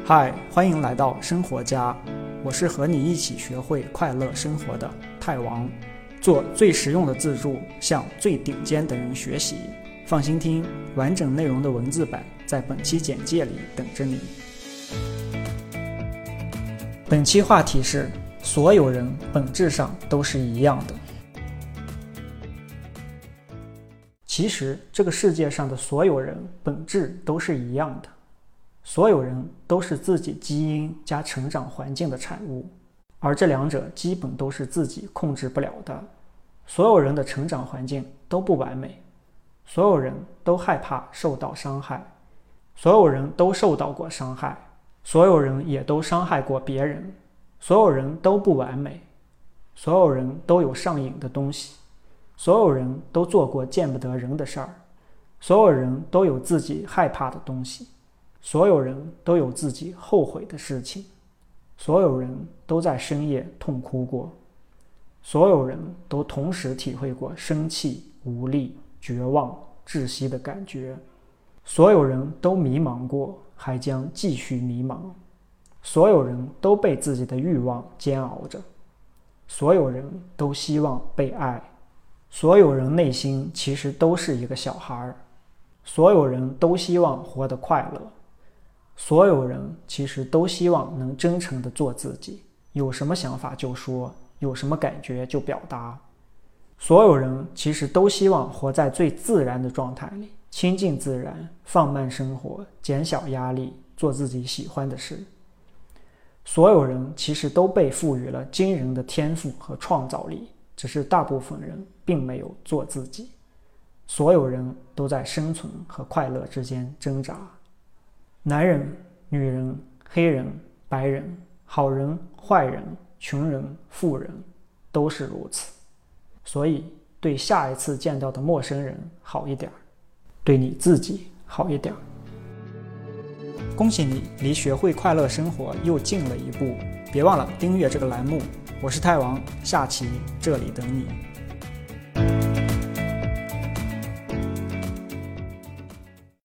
嗨，欢迎来到生活家，我是和你一起学会快乐生活的泰王，做最实用的自助，向最顶尖的人学习。放心听，完整内容的文字版在本期简介里等着你。本期话题是：所有人本质上都是一样的。其实这个世界上的所有人本质都是一样的，所有人都是自己基因加成长环境的产物，而这两者基本都是自己控制不了的。所有人的成长环境都不完美，所有人都害怕受到伤害，所有人都受到过伤害，所有人也都伤害过别人，所有人都不完美，所有人都有上瘾的东西，所有人都做过见不得人的事儿，所有人都有自己害怕的东西，所有人都有自己后悔的事情，所有人都在深夜痛哭过，所有人都同时体会过生气、无力、绝望、窒息的感觉，所有人都迷茫过，还将继续迷茫，所有人都被自己的欲望煎熬着，所有人都希望被爱，所有人内心其实都是一个小孩，所有人都希望活得快乐，所有人其实都希望能真诚地做自己，有什么想法就说，有什么感觉就表达。所有人其实都希望活在最自然的状态里，亲近自然，放慢生活，减小压力，做自己喜欢的事。所有人其实都被赋予了惊人的天赋和创造力，只是大部分人并没有做自己。所有人都在生存和快乐之间挣扎。男人、女人、黑人、白人、好人、坏人、穷人、富人，都是如此。所以对下一次见到的陌生人好一点，对你自己好一点。恭喜你离学会快乐生活又近了一步，别忘了订阅这个栏目。我是泰王，下期这里等你。